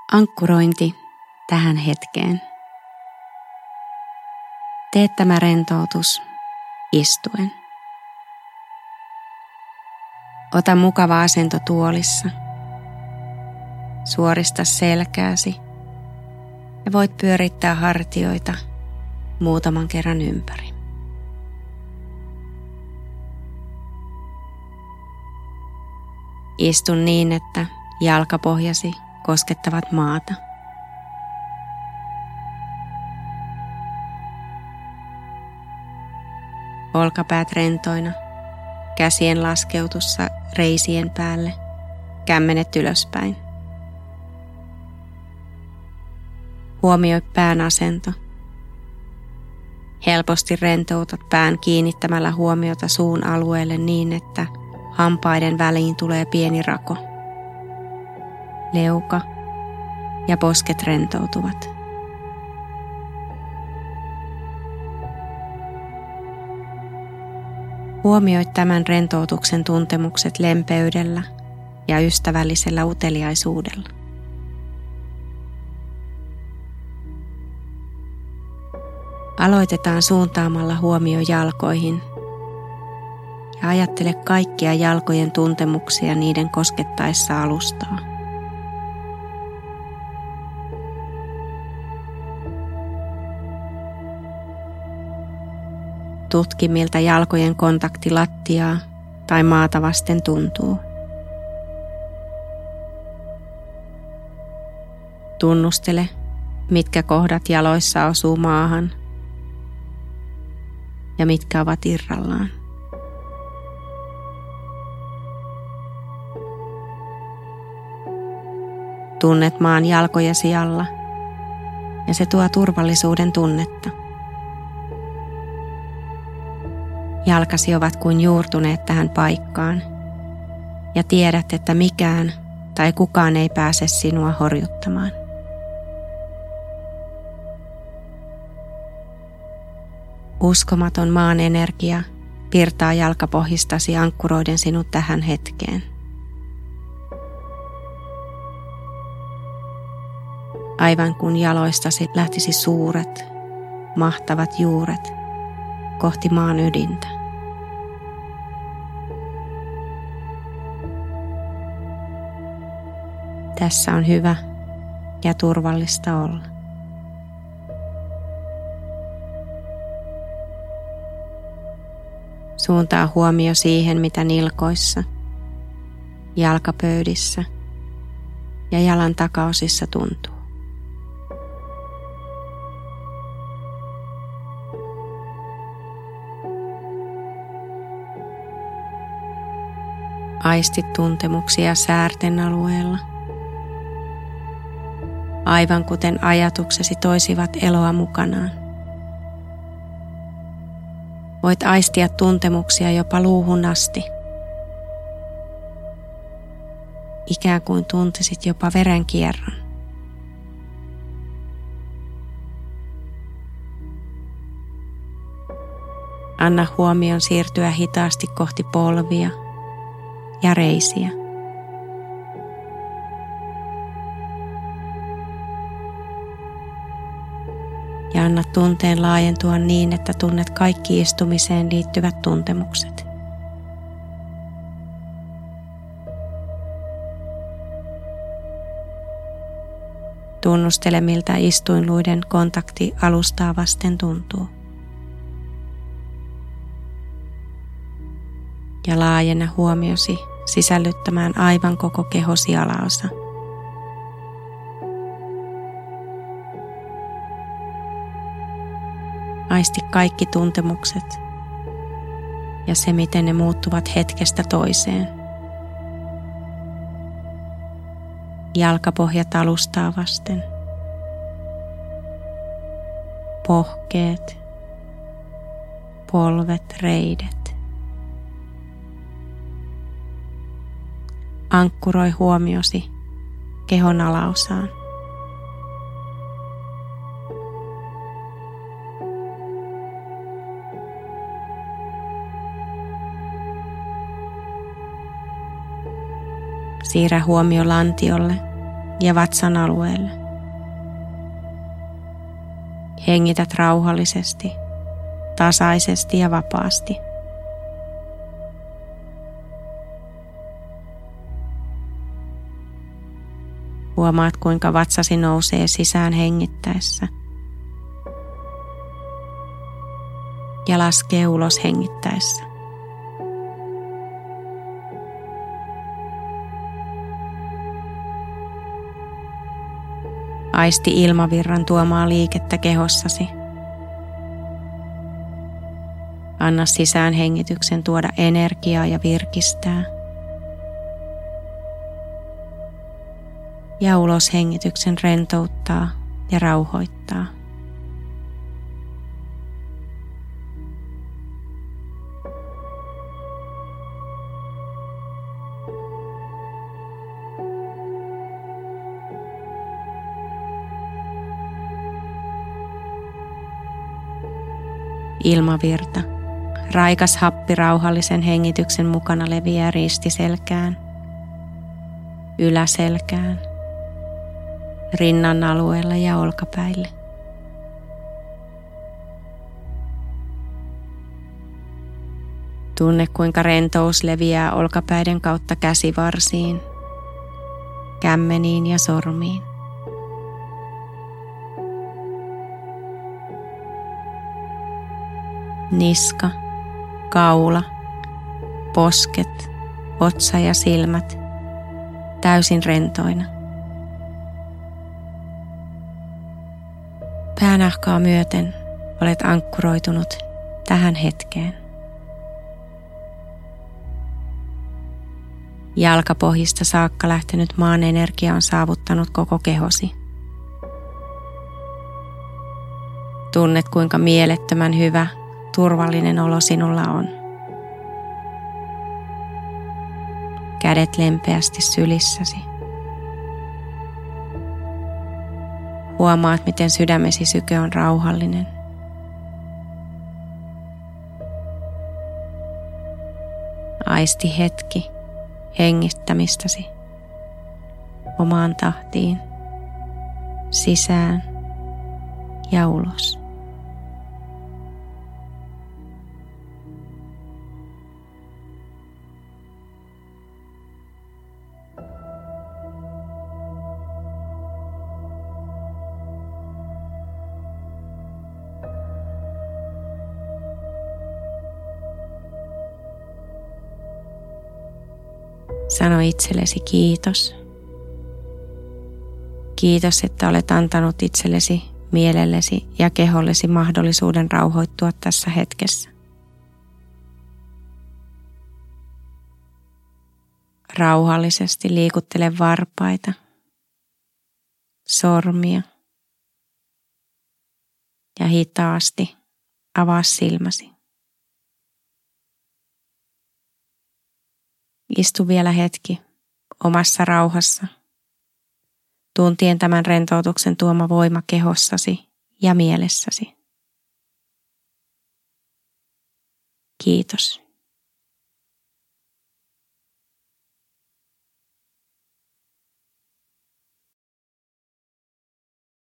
Ankkurointi tähän hetkeen. Tee tämä rentoutus istuen. Ota mukava asento tuolissa. Suorista selkääsi ja voit pyörittää hartioita muutaman kerran ympäri. Istu niin, että jalkapohjasi koskettavat maata. Olkapäät rentoina, käsien laskeutussa reisien päälle, kämmenet ylöspäin. Huomioi pään asento. Helposti rentoutat pään kiinnittämällä huomiota suun alueelle niin, että hampaiden väliin tulee pieni rako. Leuka ja posket rentoutuvat. Huomioi tämän rentoutuksen tuntemukset lempeydellä ja ystävällisellä uteliaisuudella. Aloitetaan suuntaamalla huomio jalkoihin ja ajattele kaikkia jalkojen tuntemuksia niiden koskettaessa alustaa. Tutki, miltä jalkojen kontakti lattiaa tai maata vasten tuntuu. Tunnustele, mitkä kohdat jaloissa osuu maahan ja mitkä ovat irrallaan. Tunnet maan jalkojesi alla ja se tuo turvallisuuden tunnetta. Jalkasi ovat kuin juurtuneet tähän paikkaan ja tiedät, että mikään tai kukaan ei pääse sinua horjuttamaan. Uskomaton maan energia virtaa jalkapohjistasi ankkuroiden sinut tähän hetkeen. Aivan kuin jaloistasi lähtisi suuret, mahtavat juuret kohti maan ydintä. Tässä on hyvä ja turvallista olla. Suuntaa huomio siihen, mitä nilkoissa, jalkapöydissä ja jalan takaosissa tuntuu. Aistit tuntemuksia säärten alueella, aivan kuten ajatuksesi toisivat eloa mukanaan. Voit aistia tuntemuksia jopa luuhun asti, ikään kuin tuntisit jopa verenkierron. Anna huomion siirtyä hitaasti kohti polvia ja reisiä. Ja anna tunteen laajentua niin, että tunnet kaikki istumiseen liittyvät tuntemukset. Tunnustele, miltä istuinluiden kontakti alustaa vasten tuntuu. Ja laajenna huomiosi sisällyttämään aivan koko kehosi alaosa. Aisti kaikki tuntemukset ja se, miten ne muuttuvat hetkestä toiseen. Jalkapohjat alustaa vasten. Pohkeet, polvet, reidet. Ankkuroi huomiosi kehon alaosaan. Siirrä huomio lantiolle ja vatsan alueelle. Hengität rauhallisesti, tasaisesti ja vapaasti. Huomaat, kuinka vatsasi nousee sisään hengittäessä ja laskee ulos hengittäessä. Aisti ilmavirran tuomaa liikettä kehossasi. Anna sisään hengityksen tuoda energiaa ja virkistää. Ja ulos hengityksen rentouttaa ja rauhoittaa. Ilmavirta, raikas happi rauhallisen hengityksen mukana leviää ristiselkään, yläselkään, rinnan alueella ja olkapäille. Tunne, kuinka rentous leviää olkapäiden kautta käsivarsiin, kämmeniin ja sormiin. Niska, kaula, posket, otsa ja silmät täysin rentoina. Päänahkaa myöten olet ankkuroitunut tähän hetkeen. Jalkapohjista saakka lähtenyt maan energia on saavuttanut koko kehosi. Tunnet, kuinka mielettömän hyvä, turvallinen olo sinulla on. Kädet lempeästi sylissäsi. Huomaat, miten sydämesi syke on rauhallinen. Aisti hetki hengittämistäsi omaan tahtiin, sisään ja ulos. Sano itsellesi kiitos. Kiitos, että olet antanut itsellesi, mielellesi ja kehollesi mahdollisuuden rauhoittua tässä hetkessä. Rauhallisesti liikuttele varpaita, sormia ja hitaasti avaa silmäsi. Istu vielä hetki omassa rauhassa, tuntien tämän rentoutuksen tuoma voima kehossasi ja mielessäsi. Kiitos.